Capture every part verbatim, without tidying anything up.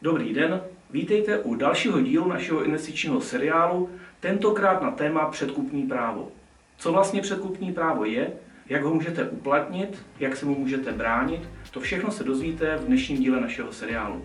Dobrý den, vítejte u dalšího dílu našeho investičního seriálu, tentokrát na téma předkupní právo. Co vlastně předkupní právo je, jak ho můžete uplatnit, jak se mu můžete bránit, to všechno se dozvíte v dnešním díle našeho seriálu.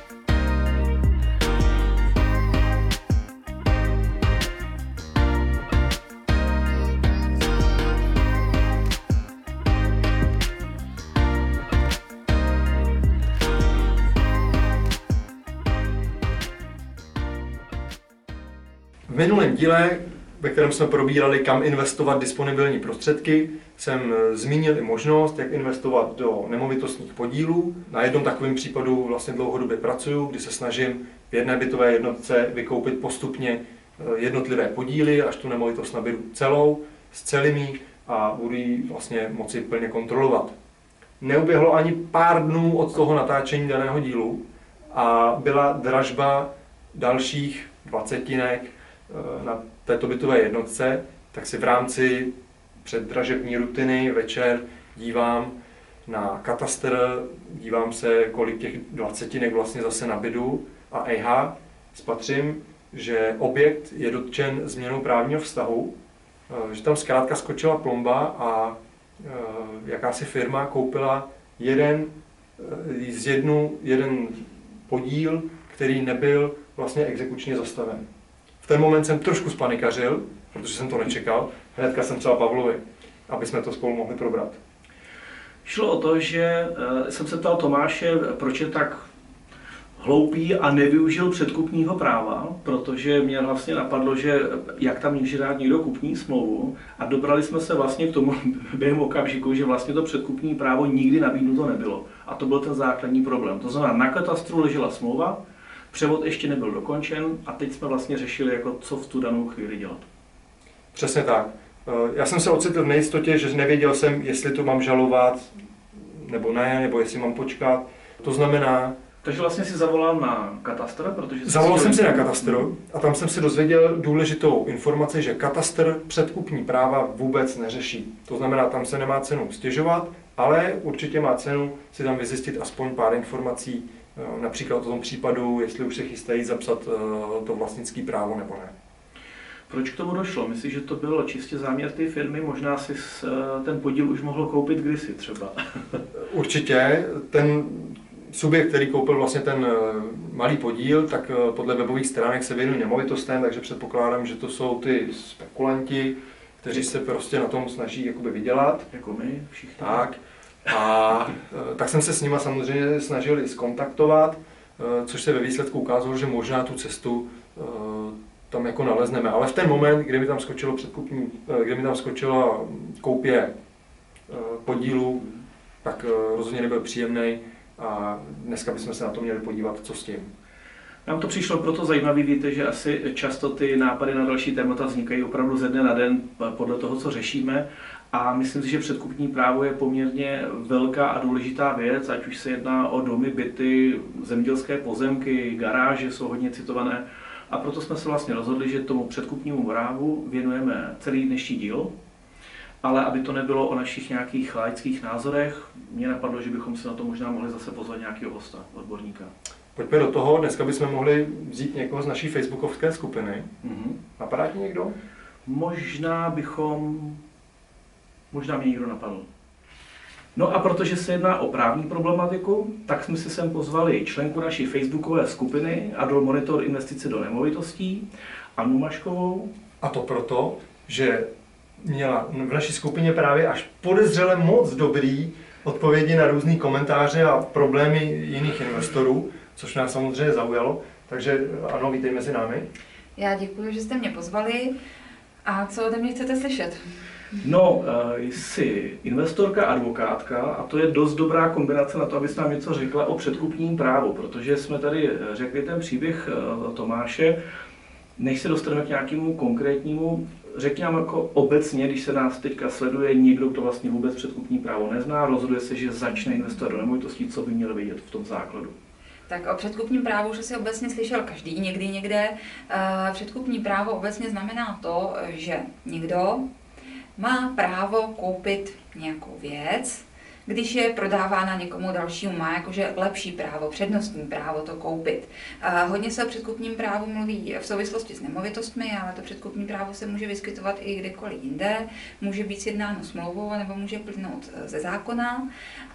V minulém díle, ve kterém jsme probírali, kam investovat disponibilní prostředky, jsem zmínil i možnost, jak investovat do nemovitostních podílů. Na jednom takovém případu vlastně dlouhodobě pracuju, kdy se snažím v jedné bytové jednotce vykoupit postupně jednotlivé podíly, až tu nemovitost naberu celou, s celými a budu ji vlastně moci plně kontrolovat. Neuběhlo ani pár dnů od toho natáčení daného dílu a byla dražba dalších dvacetinek na této bytové jednotce, tak si v rámci předdražební rutiny večer dívám na katastr, dívám se, kolik těch dvacetinek vlastně zase nabydu a ejha, spatřím, že objekt je dotčen změnou právního vztahu, že tam zkrátka skočila plomba a jakási firma koupila jeden, z jednu, jeden podíl, který nebyl vlastně exekučně zastaven. V ten moment jsem trošku spanikařil, protože jsem to nečekal. Hnedka jsem třeba Pavlovi, aby jsme to spolu mohli probrat. Šlo o to, že jsem se ptal Tomáše, proč je tak hloupý a nevyužil předkupního práva, protože mě vlastně napadlo, že jak tam může dát někdo kupní smlouvu, a dobrali jsme se vlastně k tomu během okamžiku, že vlastně to předkupní právo nikdy nabídnuto nebylo. A to byl ten základní problém. To znamená, na katastru ležela smlouva, převod ještě nebyl dokončen a teď jsme vlastně řešili, jako co v tu danou chvíli dělat. Přesně tak. Já jsem se ocitl v nejistotě, že nevěděl jsem, jestli to mám žalovat nebo ne, nebo jestli mám počkat. To znamená... Takže vlastně si zavolal na katastr, protože... Zavolal jsem si na katastr a tam jsem si dozvěděl důležitou informaci, že katastr předkupní práva vůbec neřeší. To znamená, tam se nemá cenu stěžovat, ale určitě má cenu si tam vyzjistit aspoň pár informací, například o tom případu, jestli už se chystají zapsat to vlastnické právo nebo ne. Proč k tomu došlo? Myslíš, že to byl čistě záměr té firmy? Možná si ten podíl už mohl koupit kdysi třeba. Určitě. Ten subjekt, který koupil vlastně ten malý podíl, tak podle webových stránek se věnují nemovitostem, takže předpokládám, že to jsou ty spekulanti, kteří se prostě na tom snaží jakoby vydělat. Jako my všichni. Tak. A tak jsem se s nima samozřejmě snažil i zkontaktovat, což se ve výsledku ukázalo, že možná tu cestu tam jako nalezneme. Ale v ten moment, kdy mi tam skočilo předkupní, kdy mi tam skočila koupě podílu, tak rozhodně nebyl příjemný a dneska bychom se na to měli podívat, co s tím. Nám to přišlo proto zajímavé, víte, že asi často ty nápady na další témata vznikají opravdu ze dne na den podle toho, co řešíme. A myslím si, že předkupní právo je poměrně velká a důležitá věc, ať už se jedná o domy, byty, zemědělské pozemky, garáže jsou hodně citované. A proto jsme se vlastně rozhodli, že tomu předkupnímu právu věnujeme celý dnešní díl. Ale aby to nebylo o našich nějakých laických názorech, mě napadlo, že bychom se na to možná mohli zase pozvat nějakého hosta, odborníka. Pojďme do toho, dneska bychom mohli vzít někoho z naší facebookovské skupiny. Mm-hmm. Napadá ti někdo? Možná bychom... Možná mě někdo napadl. No a protože se jedná o právní problematiku, tak jsme si sem pozvali členku naší facebookové skupiny Adol Monitor investice do nemovitostí, Annu Maškovou. A to proto, že měla v naší skupině právě až podezřele moc dobrý odpovědi na různý komentáře a problémy jiných investorů, což nás samozřejmě zaujalo. Takže ano, vítej mezi námi. Já děkuji, že jste mě pozvali. A co ode mě chcete slyšet? No, jsi investorka, advokátka a to je dost dobrá kombinace na to, abys nám něco řekla o předkupním právu, protože jsme tady řekli ten příběh Tomáše. Než se dostaneme k nějakému konkrétnímu, řekni nám jako obecně, když se nás teďka sleduje někdo, kdo vlastně vůbec předkupní právo nezná, rozhoduje se, že začne investovat do nemovitostí, co by měl vědět v tom základu. Tak o předkupním právu už si obecně slyšel každý někdy někde. Předkupní právo obecně znamená to, že někdo má právo koupit nějakou věc, když je prodávána někomu dalšímu, má jakože lepší právo, přednostní právo to koupit. Hodně se o předkupním právu mluví v souvislosti s nemovitostmi, ale to předkupní právo se může vyskytovat i kdekoliv jinde, může být sjednáno smlouvou nebo může plynout ze zákona.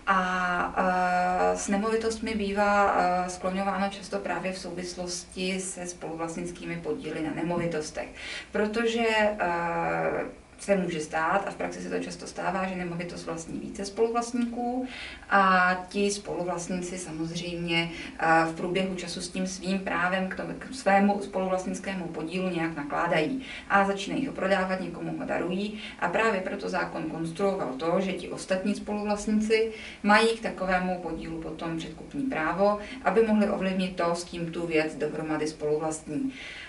A s nemovitostmi bývá skloňováno často právě v souvislosti se spoluvlastnickými podíly na nemovitostech, protože se může stát, a v praxi se to často stává, že nemovitost vlastní více spoluvlastníků a ti spoluvlastníci samozřejmě v průběhu času s tím svým právem k, tomu, k svému spoluvlastnickému podílu nějak nakládají a začínají ho prodávat, někomu ho darují a právě proto zákon konstruoval to, že ti ostatní spoluvlastníci mají k takovému podílu potom předkupní právo, aby mohli ovlivnit to, s kým tu věc dohromady spoluvlastní.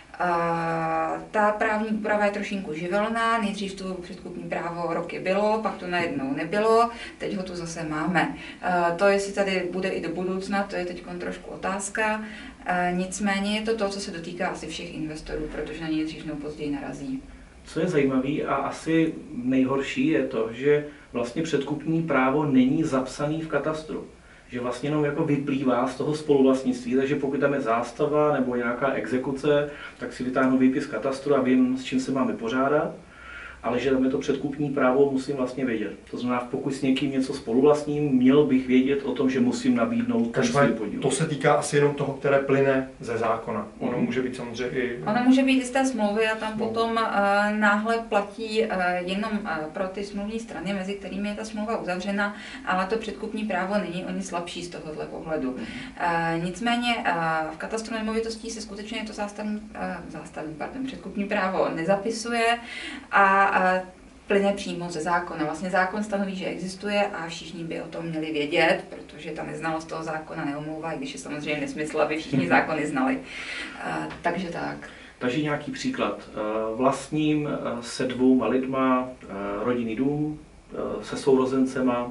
Uh, ta právní úprava je trošinku živelná, nejdřív tu předkupní právo roky bylo, pak to najednou nebylo, teď ho tu zase máme. Uh, to, jestli tady bude i do budoucna, to je teď trošku otázka, uh, nicméně je to to, co se dotýká asi všech investorů, protože na něj dřív nebo později narazí. Co je zajímavé a asi nejhorší je to, že vlastně předkupní právo není zapsaný v katastru. Že vlastně jenom jako vyplývá z toho spoluvlastnictví, takže pokud tam je zástava nebo nějaká exekuce, tak si vytáhnu výpis katastru a vím, s čím se mám vypořádat, ale že tam je to předkupní právo, musím vlastně vědět. To znamená, pokud s někým něco spoluvlastním, měl bych vědět o tom, že musím nabídnout ten svůj podíl. To se týká asi jenom toho, které plyne ze zákona. Ono může být samozřejmě i... Ono může být i z té smlouvy a tam potom uh, náhle platí uh, jenom uh, pro ty smluvní strany, mezi kterými je ta smlouva uzavřena, ale to předkupní právo není o nic slabší z tohohle pohledu. Uh, nicméně uh, v katastru nemovitostí se skutečně to zástavní, uh, zástavní pardon, předkupní právo nezapisuje a a plyne přímo ze zákona. Vlastně zákon stanoví, že existuje a všichni by o tom měli vědět, protože ta neznalost toho zákona neomlouvá, i když je samozřejmě nesmysl, aby všichni zákony znali. Uh, takže tak. Takže nějaký příklad. Vlastním se dvouma lidma rodinný dům se sourozencema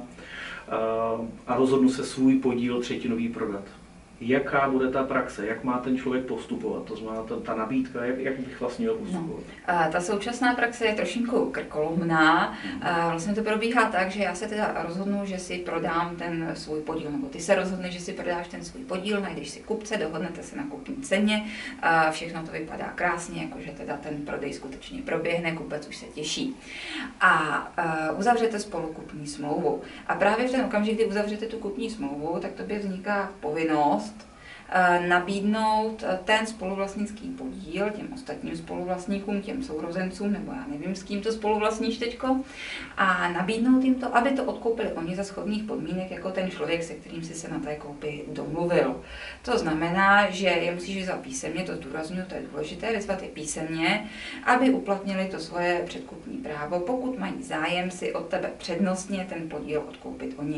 a rozhodnu se svůj podíl třetinový prodat. Jaká bude ta praxe, jak má ten člověk postupovat, to znamená ta, ta nabídka, jak, jak bych vlastně měl postupovat? No. Ta současná praxe je trošinku krkolomná. Vlastně to probíhá tak, že já se teda rozhodnu, že si prodám ten svůj podíl, nebo ty se rozhodneš, že si prodáš ten svůj podíl, najdeš si kupce, dohodnete se na kupní ceně, všechno to vypadá krásně, jakože teda ten prodej skutečně proběhne, kupec už se těší. A uzavřete spolu kupní smlouvu. A právě v ten okamžik, kdy uzavřete tu kupní smlouvu, tak tobě vzniká povinnost nabídnout ten spoluvlastnický podíl těm ostatním spoluvlastníkům, těm sourozencům, nebo já nevím, s kým to spoluvlastníš teďko, a nabídnout jim to, aby to odkoupili oni za shodných podmínek, jako ten člověk, se kterým si se na té koupi domluvil. To znamená, že je musíš vyzvat písemně, to zdůrazňuji, to je důležité, vyzvat je písemně, aby uplatnili to svoje předkupní právo, pokud mají zájem si od tebe přednostně ten podíl odkoupit oni.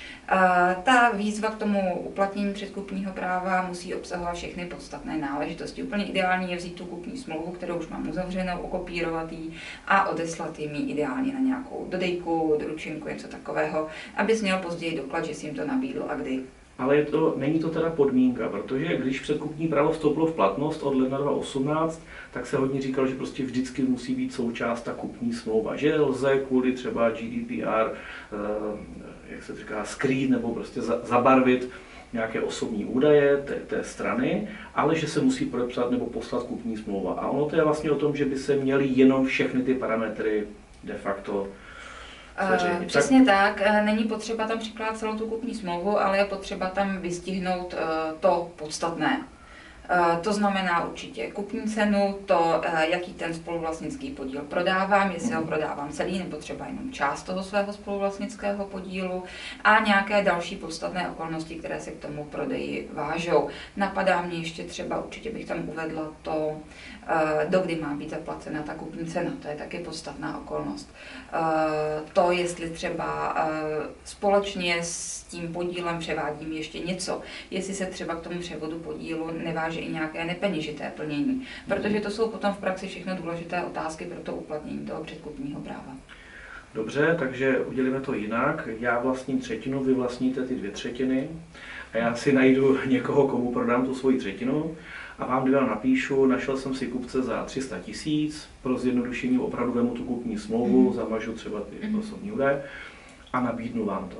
Ta výzva k tomu uplatnění předkupního práva musí obsahovat všechny podstatné náležitosti. Úplně ideální je vzít tu kupní smlouvu, kterou už mám uzavřenou, okopírovat ji a odeslat jim ji ideálně na nějakou dodejku, doručenku, něco takového, abys měl později doklad, že jsi jim to nabídl a kdy. Ale je to, není to teda podmínka, protože když předkupní právo vstoupilo v platnost od ledna dva tisíce osmnáct, tak se hodně říkalo, že prostě vždycky musí být součást ta kupní smlouva, že lze kvůli třeba G D P R, jak se říká, skrýt nebo prostě zabarvit nějaké osobní údaje té, té strany, ale že se musí podepsat nebo poslat kupní smlouva. A ono to je vlastně o tom, že by se měly jenom všechny ty parametry de facto Uh, přesně tak, není potřeba tam přikládat celou tu kupní smlouvu, ale je potřeba tam vystihnout uh, to podstatné. Uh, to znamená určitě kupní cenu, to, uh, jaký ten spoluvlastnický podíl prodávám, jestli ho prodávám celý nebo třeba jenom část toho svého spoluvlastnického podílu a nějaké další podstatné okolnosti, které se k tomu prodeji vážou. Napadá mě ještě třeba, určitě bych tam uvedla to, uh, dokdy má být zaplacena ta kupní cena, to je taky podstatná okolnost. Uh, to, jestli třeba uh, společně s tím podílem převádím ještě něco, jestli se třeba k tomu převodu podílu neváže i nějaké nepeněžité plnění, protože to jsou potom v praxi všechno důležité otázky pro to uplatnění toho předkupního práva. Dobře, takže udělíme to jinak. Já vlastním třetinu, vy vlastníte ty dvě třetiny a já si najdu někoho, komu prodám tu svoji třetinu a vám dvěma napíšu, našel jsem si kupce za tři sta tisíc, pro zjednodušení opravdu vemu tu kupní smlouvu, mm. zamažu třeba ty osobní údaje a nabídnu vám to.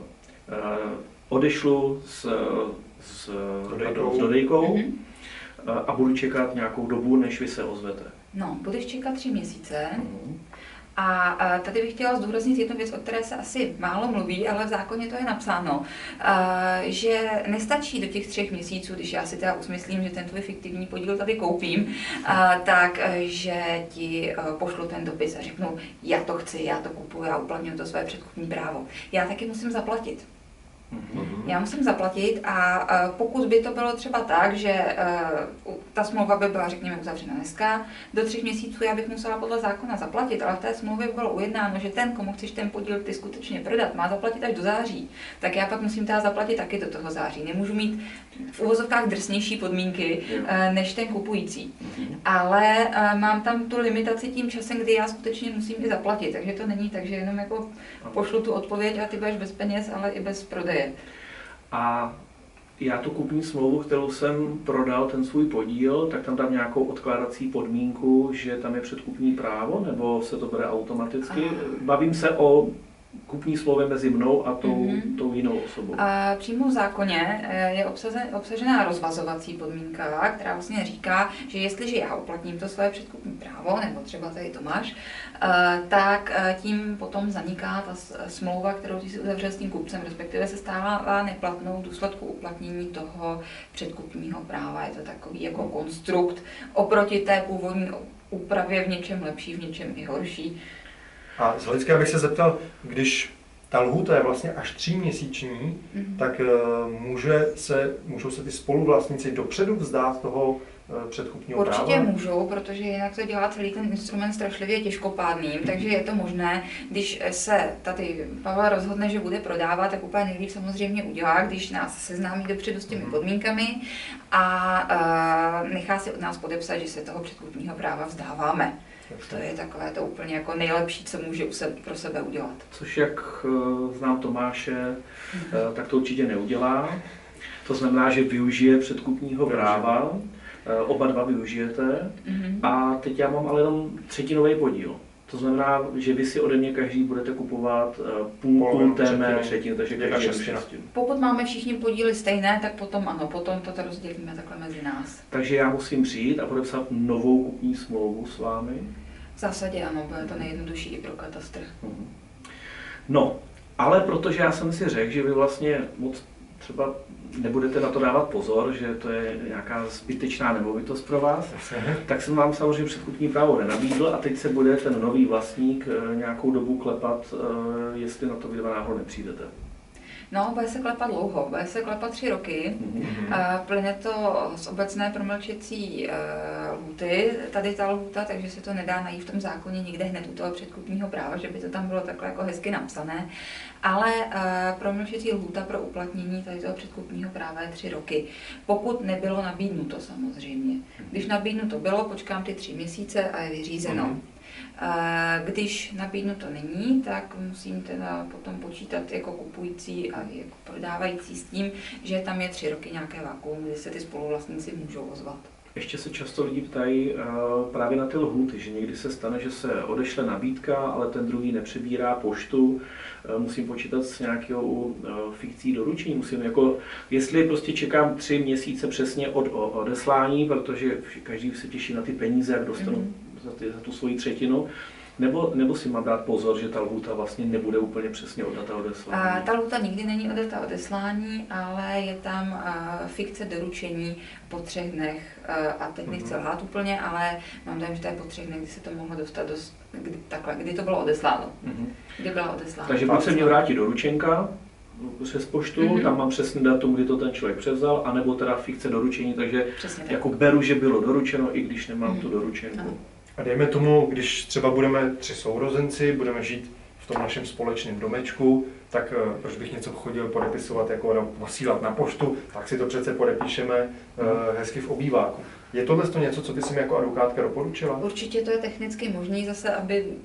odešlu s, s, Dodejkou. s dodejkou Mhm. a budu čekat nějakou dobu, než vy se ozvete. No, budeš čekat tři měsíce. Mhm. A a tady bych chtěla zdůraznit jednu věc, o které se asi málo mluví, ale v zákoně to je napsáno, a, že nestačí do těch třech měsíců, když já si teda usmyslím, že ten tvůj fiktivní podíl tady koupím, a, tak že ti a, pošlu ten dopis a řeknu, já to chci, já to kupuju, já uplatňuji to své předkupní právo. Já taky musím zaplatit. Mhm. Já musím zaplatit a a pokud by to bylo třeba tak, že uh, ta smlouva by byla, řekněme, uzavřena dneska, do třech měsíců já bych musela podle zákona zaplatit, ale v té smlouvě by bylo ujednáno, že ten, komu chceš ten podíl ty skutečně prodat, má zaplatit až do září, tak já pak musím teda zaplatit taky do toho září. Nemůžu mít v uvozovkách drsnější podmínky uh, než ten kupující. Mhm. Ale uh, mám tam tu limitaci tím časem, kdy já skutečně musím i zaplatit, takže to není tak, že jenom jako pošlu tu odpověď a ty budeš bez peněz, ale i bez prodeje. A já tu kupní smlouvu, kterou jsem prodal, ten svůj podíl, tak tam dám nějakou odkládací podmínku, že tam je předkupní právo, nebo se to bere automaticky? Aha. Bavím se o kupní smlouvě mezi mnou a tou, Mhm. tou jinou osobou. A přímo v zákoně eh, je obsazen, obsažená rozvazovací podmínka, která vlastně říká, že jestliže já uplatním to své předkupní právo, nebo třeba tady Tomáš, eh, tak eh, tím potom zaniká ta s- smlouva, kterou ty si uzavřel s tím kupcem, respektive se stává neplatnou v důsledku uplatnění toho předkupního práva. Je to takový jako konstrukt oproti té původní úpravě v něčem lepší, v něčem i horší. A z hlediska bych se zeptal, když ta lhůta je vlastně až tříměsíční, Mhm. tak uh, může se, můžou se ty spoluvlastníci dopředu vzdát toho uh, předkupního Určitě práva? můžou, protože jinak to dělá celý ten instrument strašlivě těžkopádným, takže je to možné, když se tady Pavel rozhodne, že bude prodávat, tak úplně nejlíp samozřejmě udělá, když nás seznámí dopředu s těmi podmínkami a uh, nechá si od nás podepsat, že se toho předkupního práva vzdáváme. To je takové to úplně jako nejlepší, co může u sebe, pro sebe udělat. Což jak eh, znám Tomáše, eh, tak to určitě neudělá. To znamená, že využije předkupního práva, eh, oba dva využijete. Mhm. A teď já mám ale jenom třetinový podíl. To znamená, že vy si ode mě každý budete kupovat eh, půlku Polovinu té mé třetiny. třetiny, takže Jedna každý šestina. šestinu. Pokud máme všichni podíly stejné, tak potom ano, potom to rozdělíme takhle mezi nás. Takže já musím přijít a podepsat novou kupní smlouvu s vámi. V zásadě ano, bude to nejjednodušší i pro katastr. Mhm. No, ale protože já jsem si řekl, že vy vlastně moc třeba nebudete na to dávat pozor, že to je nějaká zbytečná nemovitost pro vás, tak jsem vám samozřejmě předkupní právo nenabídl a teď se bude ten nový vlastník eh, nějakou dobu klepat, eh, jestli na to vy dva náhodou nepřijdete. No, bude se klepat dlouho, bude se klepat tři roky. Mhm. A plyne to z obecné promlčecí uh, lhůty, tady ta lhůta, takže se to nedá najít v tom zákoně nikde hned u toho předkupního práva, že by to tam bylo takhle jako hezky napsané. Ale uh, promlčecí lhůta pro uplatnění tady toho předkupního práva je tři roky. Pokud nebylo nabídnuto samozřejmě. Když nabídnuto bylo, počkám ty tři měsíce a je vyřízeno. Mhm. Když nabídnuto není, tak musím teda potom počítat jako kupující a jako prodávající s tím, že tam je tři roky nějaké vakuum, kdy se ty spoluvlastníci můžou ozvat. Ještě se často lidi ptají uh, právě na ty lhůty, že někdy se stane, že se odešle nabídka, ale ten druhý nepřebírá poštu. Uh, musím počítat s nějakou uh, fikcí doručení. Musím jako, jestli prostě čekám tři měsíce přesně od o, odeslání, protože každý se těší na ty peníze, jak dostanu mm-hmm. za, ty, za tu svoji třetinu. Nebo, nebo si mám dát pozor, že ta lhůta vlastně nebude úplně přesně od data odeslání? A ta lhůta nikdy není od data odeslání, ale je tam uh, fikce doručení po třech dnech. Uh, a teď nechci Mhm. lhát úplně, ale mám dojem, že to je po třech dnech, kdy se to mohlo dostat do, kdy, takhle, kdy to bylo odesláno. Mhm. Kdy byla odeslána. Takže buď se mě vrátí doručenka přes poštu, Mhm. tam mám přesný datum, kdy to ten člověk převzal, anebo teda fikce doručení, takže Přesně tak. jako beru, že bylo doručeno, i když nemám Mhm. tu doručenku. Ano. A dejme tomu, když třeba budeme tři sourozenci, budeme žít v tom našem společném domečku, tak uh, proč bych něco chodil podepisovat, jako no, posílat na poštu, tak si to přece podepíšeme uh, hezky v obýváku. Je tohle to něco, co ty jsi mi jako advokátka doporučila? Určitě to je technicky možné zase, aby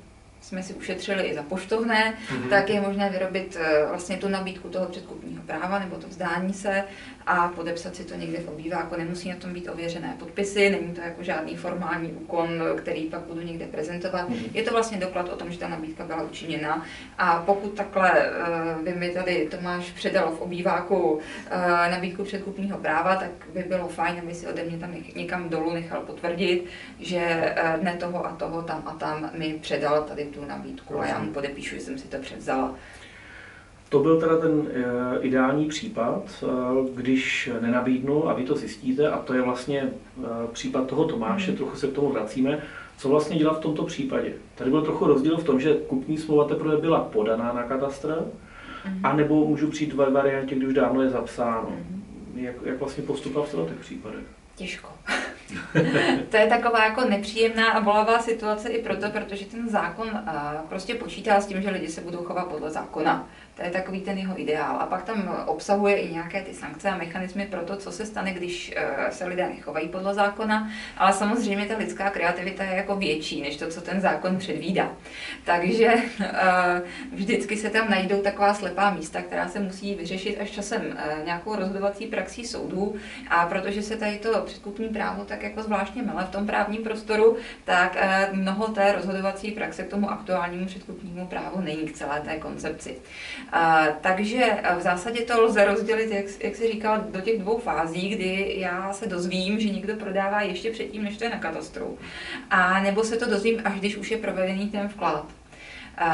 jsme si ušetřili i za poštovné, mm-hmm. tak je možné vyrobit vlastně tu nabídku toho předkupního práva nebo to vzdání se a podepsat si to někde v obýváku. Nemusí na tom být ověřené podpisy, není to jako žádný formální úkon, který pak budu někde prezentovat. Mm-hmm. Je to vlastně doklad o tom, že ta nabídka byla učiněna. A pokud takhle by mi tady Tomáš předal v obýváku nabídku předkupního práva, tak by bylo fajn, aby si ode mě tam někam dolů nechal potvrdit, že dne toho a toho tam a tam mi předal tady tu nabídku a já mu podepíšu, že jsem si to převzala. To byl teda ten ideální případ, když nenabídnu a vy to zjistíte, a to je vlastně případ toho Tomáše, mm. trochu se k tomu vracíme. Co vlastně dělat v tomto případě? Tady byl trochu rozdíl v tom, že kupní smlouva teprve byla podaná na katastr, mm. anebo můžu přijít ve variantě, kdy už dávno je zapsáno. Mm. Jak, jak vlastně postupovat v těch případech? Těžko. To je taková jako nepříjemná a bolavá situace i proto, protože ten zákon uh, prostě počítá s tím, že lidi se budou chovat podle zákona. To je takový ten jeho ideál. A pak tam obsahuje i nějaké ty sankce a mechanismy pro to, co se stane, když uh, se lidé nechovají podle zákona. Ale samozřejmě ta lidská kreativita je jako větší, než to, co ten zákon předvídá. Takže uh, vždycky se tam najdou taková slepá místa, která se musí vyřešit až časem uh, nějakou rozhodovací praxí soudů. A protože se tady to předkupní právo tak jako zvláštně mele v tom právním prostoru, tak uh, mnoho té rozhodovací praxe k tomu aktuálnímu předkupnímu právu není k celé té koncepci. Uh, takže v zásadě to lze rozdělit, jak, jak se říkal, do těch dvou fází, kdy já se dozvím, že někdo prodává ještě předtím, než to je na katastru. A nebo se to dozvím, až když už je provedený ten vklad. Uh,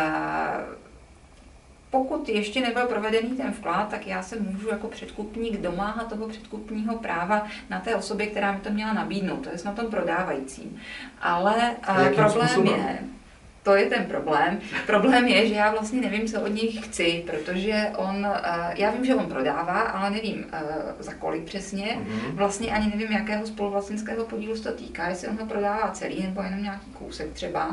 Pokud ještě nebyl provedený ten vklad, tak já se můžu jako předkupník domáhat toho předkupního práva na té osobě, která mi to měla nabídnout, to je na tom prodávajícím. Ale problém způsobem? je, to je ten problém. Problém je, že já vlastně nevím, co od něj chci, protože on, já vím, že on prodává, ale nevím za kolik přesně. Vlastně ani nevím, jakého spoluvlastnického podílu se to týká, jestli on ho prodává celý nebo jenom nějaký kousek třeba.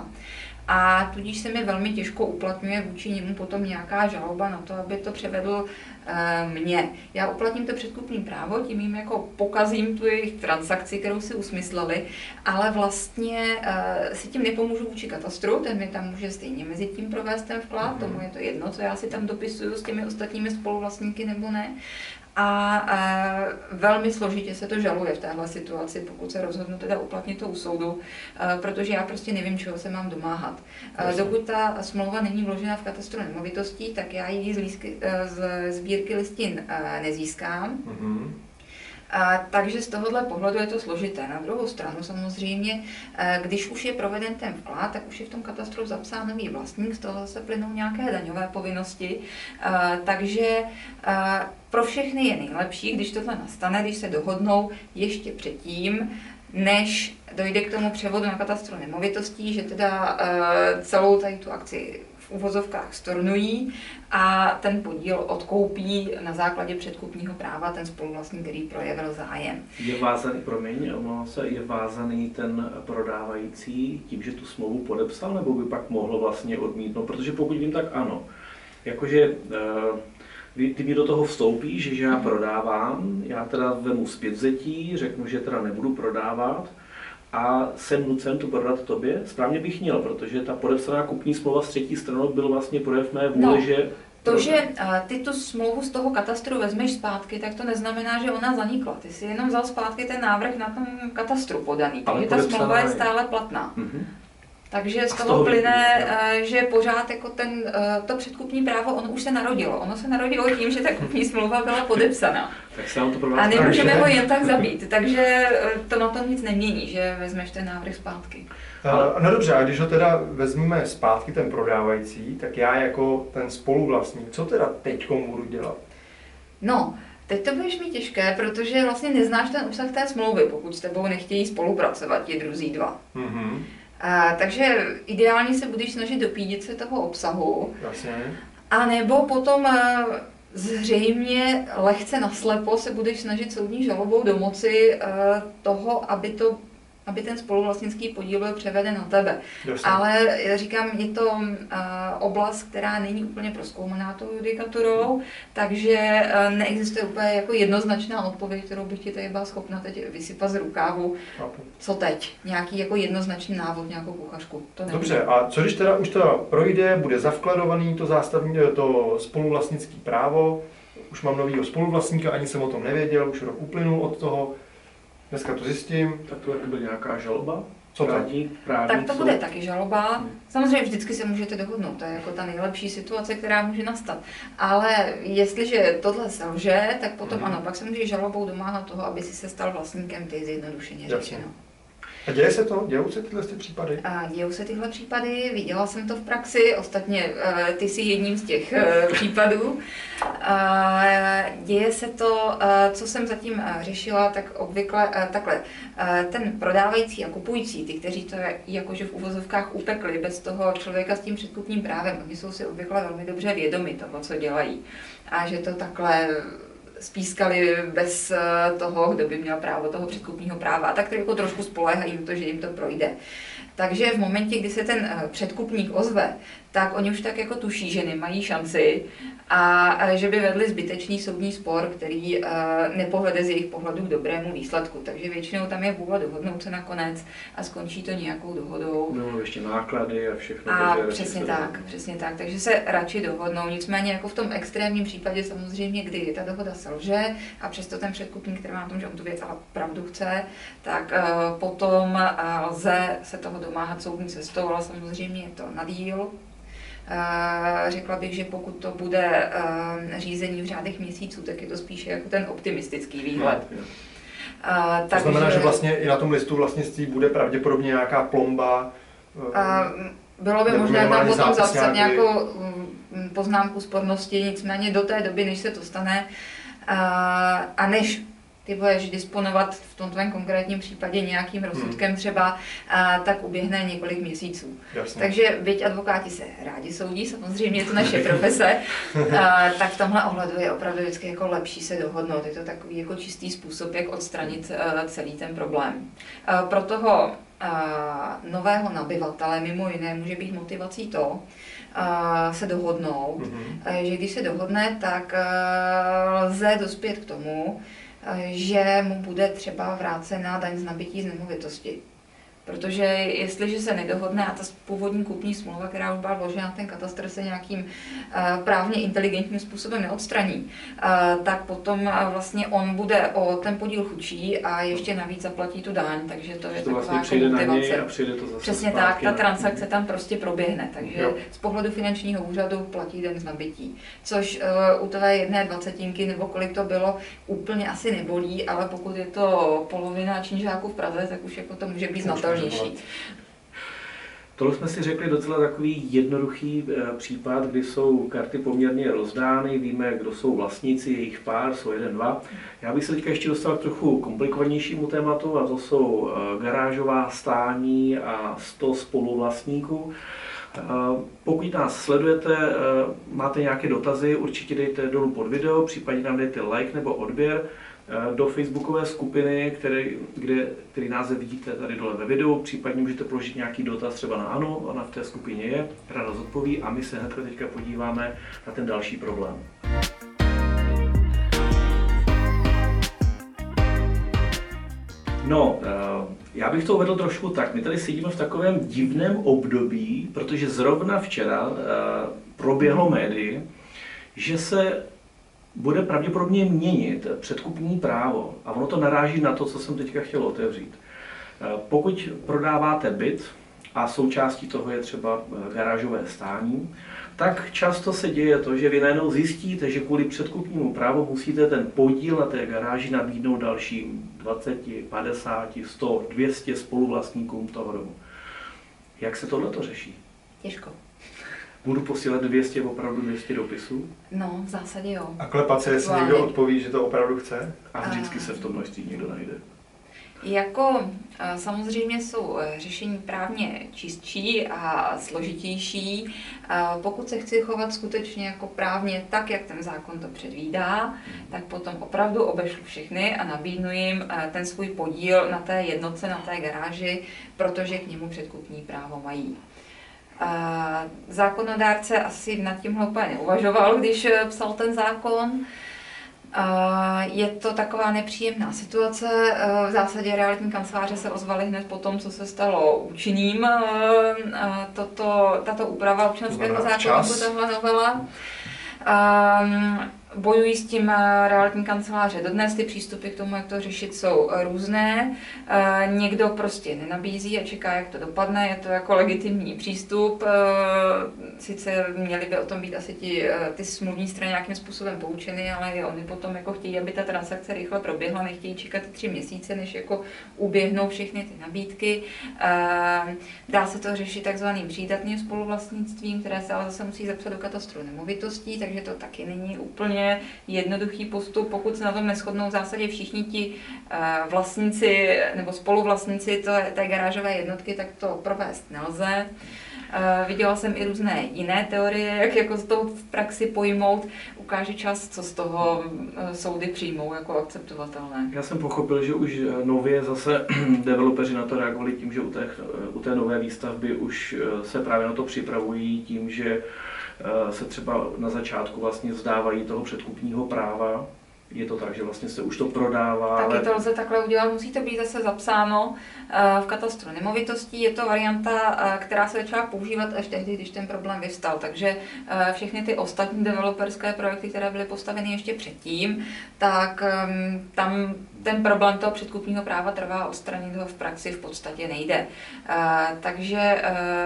A tudíž se mi velmi těžko uplatňuje vůči němu potom nějaká žaloba na to, aby to převedl e, mně. Já uplatním to předkupní právo, tím jim jako pokazím tu jejich transakci, kterou si usmysleli, ale vlastně e, si tím nepomůžu vůči katastru, ten mi tam může stejně mezi tím provést ten vklad, mm-hmm. tomu je to jedno, co já si tam dopisuju s těmi ostatními spoluvlastníky nebo ne. A e, velmi složitě se to žaluje v téhle situaci, pokud se rozhodnu teda uplatnit to u soudu, e, protože já prostě nevím, čeho se mám domáhat. E, dokud ta smlouva není vložena v katastru nemovitostí, tak já ji z, lísky, e, z sbírky listin e, nezískám. Mm-hmm. A, takže z tohohle pohledu je to složité. Na druhou stranu samozřejmě, když už je proveden ten vklad, tak už je v tom katastru zapsán nový vlastník, z toho zase plynou nějaké daňové povinnosti. A, takže a, pro všechny je nejlepší, když tohle nastane, když se dohodnou ještě předtím, než dojde k tomu převodu na katastru nemovitostí, že teda a, celou tady tu akci v uvozovkách stornují a ten podíl odkoupí na základě předkupního práva ten spoluvlastník, který projevil zájem. Je vázaný, promiň, se, je vázaný ten prodávající tím, že tu smlouvu podepsal, nebo by pak mohl vlastně odmítnout? Protože pokud vím, tak ano. Jakože uh, ty mi do toho vstoupíš, že já prodávám, já teda vemu zpětvzetí, řeknu, že teda nebudu prodávat, a jsem nucen to prodat tobě, správně bych měl, protože ta podepsaná kupní smlouva s třetí stranou byl vlastně projev mé vůle, no, že... To, že ty tu smlouvu z toho katastru vezmeš zpátky, tak to neznamená, že ona zanikla. Ty si jenom vzal zpátky ten návrh na tom katastru podaný, takže ta smlouva je stále platná. Mm-hmm. Takže z toho, toho plyne, že pořád jako ten, to předkupní právo, ono už se narodilo. Ono se narodilo tím, že ta kupní smlouva byla podepsaná. Tak se nám to pro vás a nemůžeme ho jen tak zabít, takže to na tom nic nemění, že vezmeš ten návrh zpátky. Uh, no dobře, a když ho teda vezmeme zpátky ten prodávající, tak já jako ten spoluvlastník, co teda teď budu dělat? No, teď to budeš mít těžké, protože vlastně neznáš ten obsah té smlouvy, pokud s tebou nechtějí spolupracovat ti druzí dva. Mm-hmm. A, takže ideálně se budeš snažit dopídit se toho obsahu. Jasně. A nebo potom a, zřejmě lehce naslepo se budeš snažit soudní žalobou domoci a, toho, aby to aby ten spoluvlastnický podíl byl převeden na tebe. Jasně. Ale říkám, je to uh, oblast, která není úplně prozkoumaná tou judikaturou, takže uh, neexistuje úplně jako jednoznačná odpověď, kterou bych ti tady byla schopna teď vysypat z rukávu. Chápu. Co teď? Nějaký jako jednoznačný návod, nějakou kuchařku. To nevím. Dobře, a co když teda už teda projde, bude zavkladovaný to zástavní, to spoluvlastnické právo, už mám novýho spoluvlastníka, ani jsem o tom nevěděl, už rok uplynul od toho, dneska to zjistím. Tak to jako by nějaká žaloba? Co to? Právní, právní Tak to soud? bude taky žaloba. Samozřejmě vždycky se můžete dohodnout, to je jako ta nejlepší situace, která může nastat. Ale jestliže tohle selže, tak potom Mhm. ano, pak se může žalobou domáhat toho, aby si se stal vlastníkem, ty zjednodušeně Jasně. řečeno. A děje se to? Dějou se tyhle ty případy? A dějou se tyhle případy, viděla jsem to v praxi, ostatně eh, ty jsi jedním z těch eh, případů. Eh, Děje se to, eh, co jsem zatím eh, řešila, tak obvykle eh, takhle. Eh, Ten prodávající a kupující, ty, kteří to jakože v uvozovkách upekli bez toho člověka s tím předkupním právem, oni jsou si obvykle velmi dobře vědomi toho, co dělají. A že to takhle spískali bez toho, kdo by měl právo toho předkupního práva. A tak to jako trošku spoléhají na to, že jim to projde. Takže v momentě, kdy se ten předkupník ozve, tak oni už tak jako tuší, že nemají šanci a že by vedli zbytečný soudní spor, který nepovede z jejich pohledu k dobrému výsledku. Takže většinou tam je vůle dohodnout se nakonec a skončí to nějakou dohodou. No, ještě náklady a všechno. A takže přesně radši se tak, dohodnou. přesně tak. Takže se radši dohodnou. Nicméně jako v tom extrémním případě samozřejmě, kdy ta dohoda selže a přesto ten předkupník trvá na tom, že on tu věc ale opravdu chce, tak uh, potom uh, lze se toho domáhat soudní cestou, ale samozřejmě je to na díl. Uh, řekla bych, že pokud to bude uh, řízení v řádech měsíců, tak je to spíše jako ten optimistický výhled. Jo, jo. Uh, To znamená, že vlastně i na tom listu vlastnictví bude pravděpodobně nějaká plomba. Uh, bylo by Nebo možné tam minimálně potom zápis zapsat nějaký. nějakou mm, poznámku spornosti, nicméně do té doby, než se to stane a, a než ty budeš disponovat v tom tvém konkrétním případě nějakým rozsudkem třeba, a, tak uběhne několik měsíců. Jasně. Takže byť advokáti se rádi soudí, samozřejmě je to naše profese, a, tak v tomhle ohledu je opravdu vždycky jako lepší se dohodnout. Je to takový jako čistý způsob, jak odstranit a, celý ten problém. A, pro toho a, nového nabyvatele mimo jiné může být motivací to, a, se dohodnout, Mm-hmm. že když se dohodne, tak a, lze dospět k tomu, a, že mu bude třeba vrácena daň z nabytí z nemovitosti. Protože jestliže se nedohodne a ta původní kupní smlouva, která už byla vložena na ten katastr, se nějakým uh, právně inteligentním způsobem neodstraní, uh, tak potom uh, vlastně on bude o ten podíl chudší a ještě navíc zaplatí tu daň, takže to je To taková vlastně jako přijde na něj motivace. a přijde to zase Přesně tak, zpátky ta na- transakce tam prostě proběhne, takže Jo. z pohledu finančního úřadu platí daň z nabytí, což uh, u té jedné dvacetinky nebo kolik to bylo, úplně asi nebolí, ale pokud je to polovina činžáků v Praze, tak už jako to může být znatelnější. Tohle jsme si řekli docela takový jednoduchý e, případ, kdy jsou karty poměrně rozdány, víme, kdo jsou vlastníci, jejich pár, jsou jeden, dva. Já bych se teďka ještě dostal k trochu komplikovanějšímu tématu, a to jsou e, garážová stání a sto spoluvlastníků. E, pokud nás sledujete, e, máte nějaké dotazy, určitě dejte dolů pod video, případně nám dejte like nebo odběr do facebookové skupiny, který, kde, který název vidíte tady dole ve videu, případně můžete položit nějaký dotaz třeba na Anu, ona v té skupině je, ráda zodpoví a my se hned teďka podíváme na ten další problém. No, já bych to uvedl trošku tak. My tady sedíme v takovém divném období, protože zrovna včera proběhlo médii, že se bude pravděpodobně měnit předkupní právo a ono to naráží na to, co jsem teďka chtěl otevřít. Pokud prodáváte byt a součástí toho je třeba garážové stání, tak často se děje to, že vy najednou zjistíte, že kvůli předkupnímu právu musíte ten podíl na té garáži nabídnout dalším dvacet, padesát, sto, dvě stě spoluvlastníkům toho domu. Jak se tohle řeší? Těžko. Budu posílat dvě stě, opravdu dvě stě dopisů? No, v zásadě jo. A klepat se, jestli někdo odpoví, že to opravdu chce? A vždycky se v tom množství někdo najde. Jako samozřejmě jsou řešení právně čistší a složitější. Pokud se chci chovat skutečně jako právně tak, jak ten zákon to předvídá, tak potom opravdu obešlu všechny a nabídnu jim ten svůj podíl na té jednotce, na té garáži, protože k němu předkupní právo mají. Zákonodárce asi nad tímhle úplně neuvažoval, když psal ten zákon. Je to taková nepříjemná situace. V zásadě realitní kanceláře se ozvaly hned po tom, co se stalo účinným. Toto, tato úprava občanského zákoníku, tahle novela. Bojují s tím realitní kanceláře dodnes, ty přístupy k tomu, jak to řešit, jsou různé. Někdo prostě nenabízí a čeká, jak to dopadne, je to jako legitimní přístup. Sice měly by o tom být asi ti, ty smluvní strany nějakým způsobem poučeny, ale i oni potom jako chtějí, aby ta transakce rychle proběhla, nechtějí čekat tři měsíce, než jako uběhnou všechny ty nabídky. Dá se to řešit takzvaným přídatným spoluvlastnictvím, které se ale zase musí zapsat do katastru nemovitostí, takže to taky není úplně jednoduchý postup. Pokud se na tom neshodnou v zásadě všichni ti vlastníci nebo spoluvlastníci té garážové jednotky, tak to provést nelze. Viděla jsem i různé jiné teorie, jak jako to v praxi pojmout. Ukáže čas, co z toho soudy přijmou jako akceptovatelné. Já jsem pochopil, že už nově zase developeři na to reagovali tím, že u té, u té nové výstavby už se právě na to připravují tím, že se třeba na začátku vlastně vzdávají toho předkupního práva. Je to tak, že vlastně se už to prodává. Taky ale... to lze takhle udělat, musí to být zase zapsáno v katastru nemovitostí. Je to varianta, která se začala používat až tehdy, když ten problém vyvstal. Takže všechny ty ostatní developerské projekty, které byly postaveny ještě předtím, tak tam ten problém toho předkupního práva trvá, odstranit ho v praxi v podstatě nejde. Takže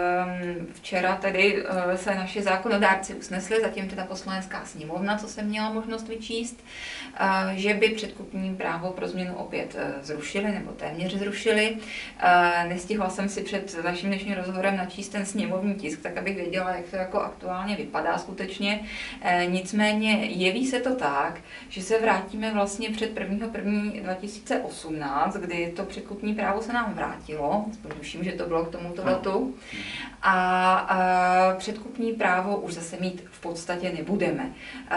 včera tedy se naši zákonodárci usnesli, zatím teda Poslanecká sněmovna, co jsem měla možnost vyčíst, že by předkupní právo pro změnu opět zrušili, nebo téměř zrušili. Nestihla jsem si před naším dnešním rozhovorem načíst ten sněmovní tisk, tak abych věděla, jak to jako aktuálně vypadá skutečně. Nicméně jeví se to tak, že se vrátíme vlastně před prvního prvního dva tisíce osmnáct, kdy to předkupní právo se nám vrátilo, tuším, že to bylo k tomuto datu, a, a předkupní právo už zase mít v podstatě nebudeme.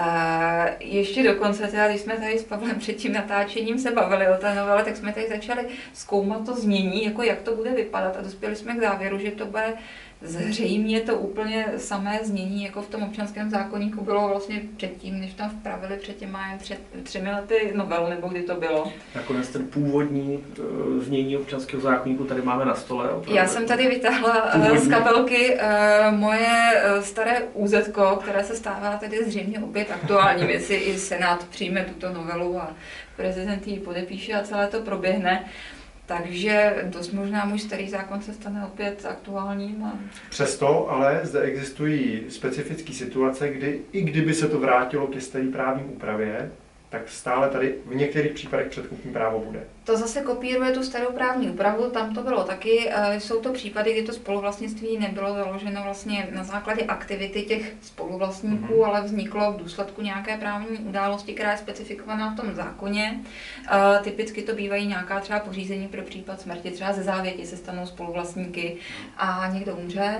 A ještě dokonce, teda, když jsme tady s Pavlem před tím natáčením se bavili o té novele, tak jsme tady začali zkoumat to znění, jako jak to bude vypadat, a dospěli jsme k závěru, že to bude zřejmě to úplně samé znění, jako v tom občanském zákoníku bylo vlastně předtím, než tam vpravili před těma před třemi lety novelu, nebo kdy to bylo. Nakonec ten původní uh, znění občanského zákoníku tady máme na stole. Opravdu. Já jsem tady vytáhla uh, z kabelky uh, moje uh, staré úzetko, které se stává tedy zřejmě opět aktuálním, jestli i Senát přijme tuto novelu a prezident ji podepíše a celé to proběhne. Takže dost možná můj starý zákon se stane opět aktuálním. A... Přesto ale zde existují specifické situace, kdy i kdyby se to vrátilo ke staré právní úpravě, tak stále tady v některých případech předkupní právo bude. To zase kopíruje tu starou právní úpravu, tam to bylo taky. Jsou to případy, kdy to spoluvlastnictví nebylo založeno vlastně na základě aktivity těch spoluvlastníků, mm-hmm. ale vzniklo v důsledku nějaké právní události, která je specifikovaná v tom zákoně. Typicky to bývají nějaká třeba pořízení pro případ smrti, třeba ze závěti se stanou spoluvlastníky a někdo umře.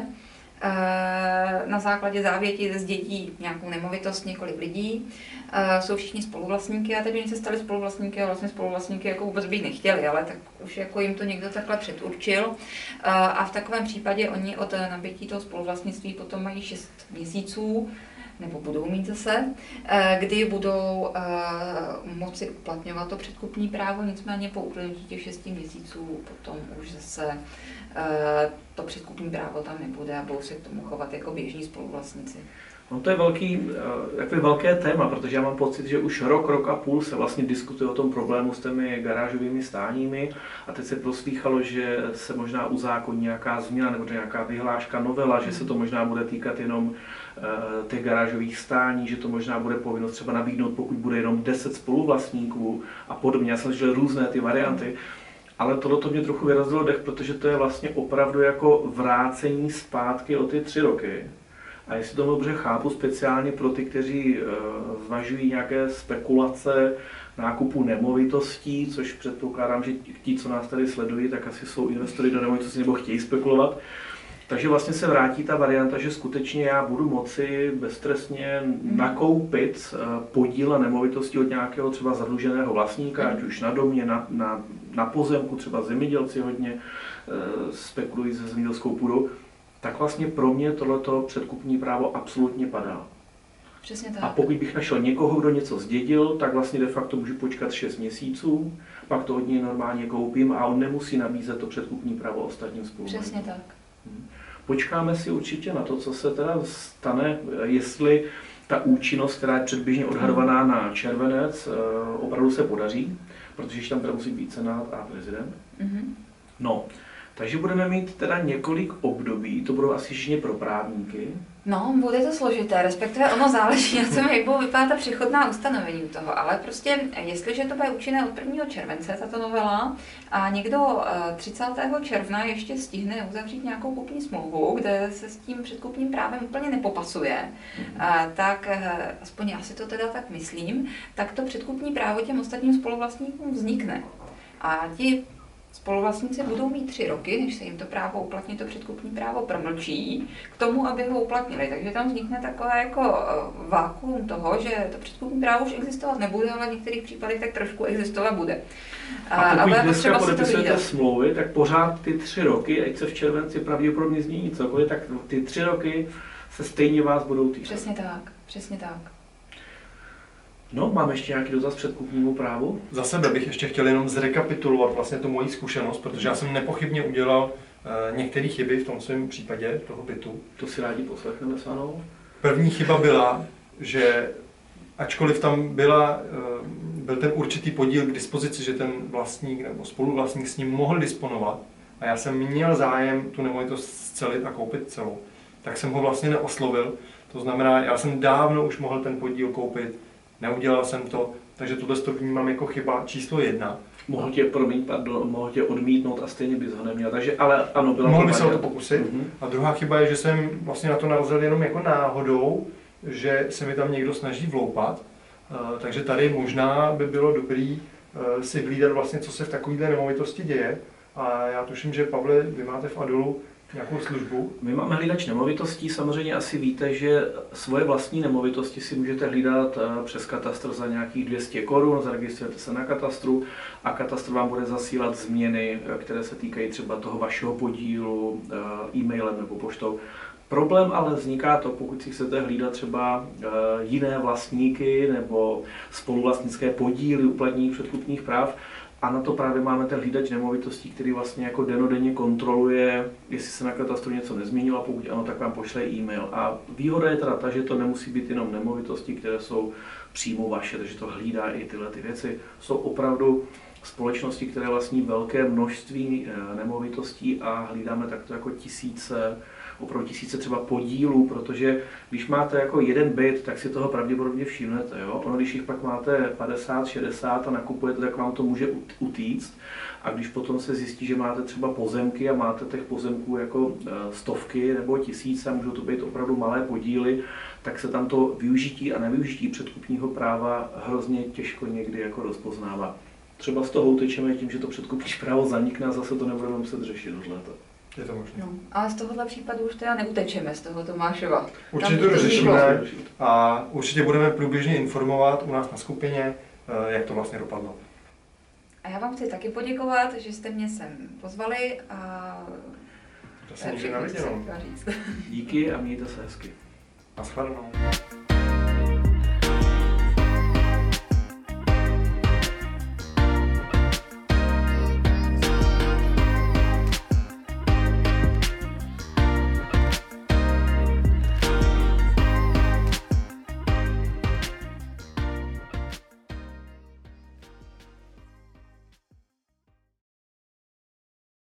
Na základě závěti zdědí nějakou nemovitost několik lidí, jsou všichni spoluvlastníky a teď oni se stali spoluvlastníky a vlastně spoluvlastníky jako vůbec by nechtěli, ale tak už jako jim to někdo takhle předurčil a v takovém případě oni od nabytí toho spoluvlastnictví potom mají šest měsíců, nebo budou mít zase, kdy budou moci uplatňovat to předkupní právo, nicméně po uplynutí těch šesti měsíců potom už zase to předkupní právo tam nebude a budou se k tomu chovat jako běžní spoluvlastníci. No to je velký, takový velké téma, protože já mám pocit, že už rok, rok a půl se vlastně diskutuje o tom problému s těmi garážovými stáními a teď se proslýchalo, že se možná uzákoní nějaká změna nebo nějaká vyhláška, novela, že se to možná bude týkat jenom uh, těch garážových stání, že to možná bude povinnost třeba nabídnout, pokud bude jenom deset spoluvlastníků a podobně. Já jsem slyšel různé ty varianty. Ale tohle mě trochu vyrazilo dech, protože to je vlastně opravdu jako vrácení zpátky o ty tři roky. A jestli to dobře chápu, speciálně pro ty, kteří uh, zvažují nějaké spekulace nákupu nemovitostí, což předpokládám, že ti, co nás tady sledují, tak asi jsou investory do nemovitostí nebo chtějí spekulovat. Takže vlastně se vrátí ta varianta, že skutečně já budu moci beztrestně nakoupit podíl na nemovitosti od nějakého třeba zadluženého vlastníka, ať už na domě, na, na, na pozemku, třeba zemědělci hodně spekulují se zemědělskou půdou, tak vlastně pro mě tohleto předkupní právo absolutně padá. Přesně tak. A pokud bych našel někoho, kdo něco zdědil, tak vlastně de facto můžu počkat šest měsíců, pak to od něj normálně koupím a on nemusí nabízet to předkupní právo ostatním spoluvlastníkům. Přesně tak. Počkáme si určitě na to, co se teda stane, jestli ta účinnost, která je předběžně odhadovaná na červenec, opravdu se podaří, protože tam teda musí být senát a prezident. Mm-hmm. No, takže budeme mít teda několik období, to budou asi všichni pro právníky. No, bude to složité, respektive ono záleží na tom, jak budou vypadat ta přechodná ustanovení u toho, ale prostě, jestliže to bude účinné od prvního července, tato novela, a někdo třicátého června ještě stihne uzavřít nějakou kupní smlouvu, kde se s tím předkupním právem úplně nepopasuje, tak aspoň já si to teda tak myslím, tak to předkupní právo těm ostatním spoluvlastníkům vznikne. A ti spoluvlastníci budou mít tři roky, než se jim to právo uplatní, to předkupní právo promlčí, k tomu, aby ho uplatnili. Takže tam vznikne takové jako vákuum toho, že to předkupní právo už existovat nebude, ale v některých případech tak trošku existovat bude. A pokud dneska podepisujete smlouvy, tak pořád ty tři roky, ať se v červenci pravděpodobně změní cokoliv, tak ty tři roky se stejně vás budou týkat. Přesně tak, přesně tak. No, máme ještě nějaký dotaz předkupnímu právu? Za sebe bych ještě chtěl jenom zrekapitulovat vlastně tu moji zkušenost, protože já jsem nepochybně udělal uh, některé chyby v tom svém případě toho bytu. To si rádi poslechneme s Anou. První chyba byla, že ačkoliv tam byla, uh, byl ten určitý podíl k dispozici, že ten vlastník nebo spoluvlastník s ním mohl disponovat a já jsem měl zájem tu nemovitost scelit a koupit celou, tak jsem ho vlastně neoslovil. To znamená, já jsem dávno už mohl ten podíl koupit, neudělal jsem to, takže tohle to vnímám jako chyba číslo jedna. Mohl tě, promiň, pardon, mohl tě odmítnout a stejně bys ho neměl, takže ale ano, byla mohl to by se o to pokusit. Mm-hmm. A druhá chyba je, že jsem vlastně na to narazil jenom jako náhodou, že se mi tam někdo snaží vloupat, uh, takže tady možná by bylo dobrý uh, si hlídat vlastně, co se v takovéhle nemovitosti děje. A já tuším, že Pavle, vy máte v Adulu nějakou službu? My máme hlídač nemovitostí, samozřejmě asi víte, že svoje vlastní nemovitosti si můžete hlídat přes katastr za nějakých dvě stě korun, zaregistrujete se na katastru a katastr vám bude zasílat změny, které se týkají třeba toho vašeho podílu e-mailem nebo poštou. Problém ale vzniká to, pokud si chcete hlídat třeba jiné vlastníky nebo spoluvlastnické podíly uplatnění předkupních práv. A na to právě máme ten hlídač nemovitostí, který vlastně jako dennodenně kontroluje, jestli se na katastru něco nezměnilo, a pokud ano, tak vám pošle e-mail. A výhoda je teda ta, že to nemusí být jenom nemovitosti, které jsou přímo vaše, takže to hlídá i tyhle ty věci. Jsou opravdu společnosti, které vlastní velké množství nemovitostí a hlídáme takto jako tisíce, opravdu tisíce třeba podílů, protože když máte jako jeden byt, tak si toho pravděpodobně všimnete. Jo? Ono, když jich pak máte padesát, šedesát a nakupujete, tak vám to může utíct. A když potom se zjistí, že máte třeba pozemky a máte těch pozemků jako stovky nebo tisíce a můžou to být opravdu malé podíly, tak se tam to využití a nevyužití předkupního práva hrozně těžko někdy jako rozpoznává. Třeba z toho utečeme tím, že to předkupní právo zanikne a zase to nebudeme muset řešit tohleto. Je to možné. No, ale z tohohle případu už teda neutečeme, z toho Tomášova. Určitě to řešíme a určitě budeme průběžně informovat u nás na skupině, jak to vlastně dopadlo. A já vám chci taky poděkovat, že jste mě sem pozvali a to se nikdy nevidělo. Díky a mějte se hezky. Naschledanou.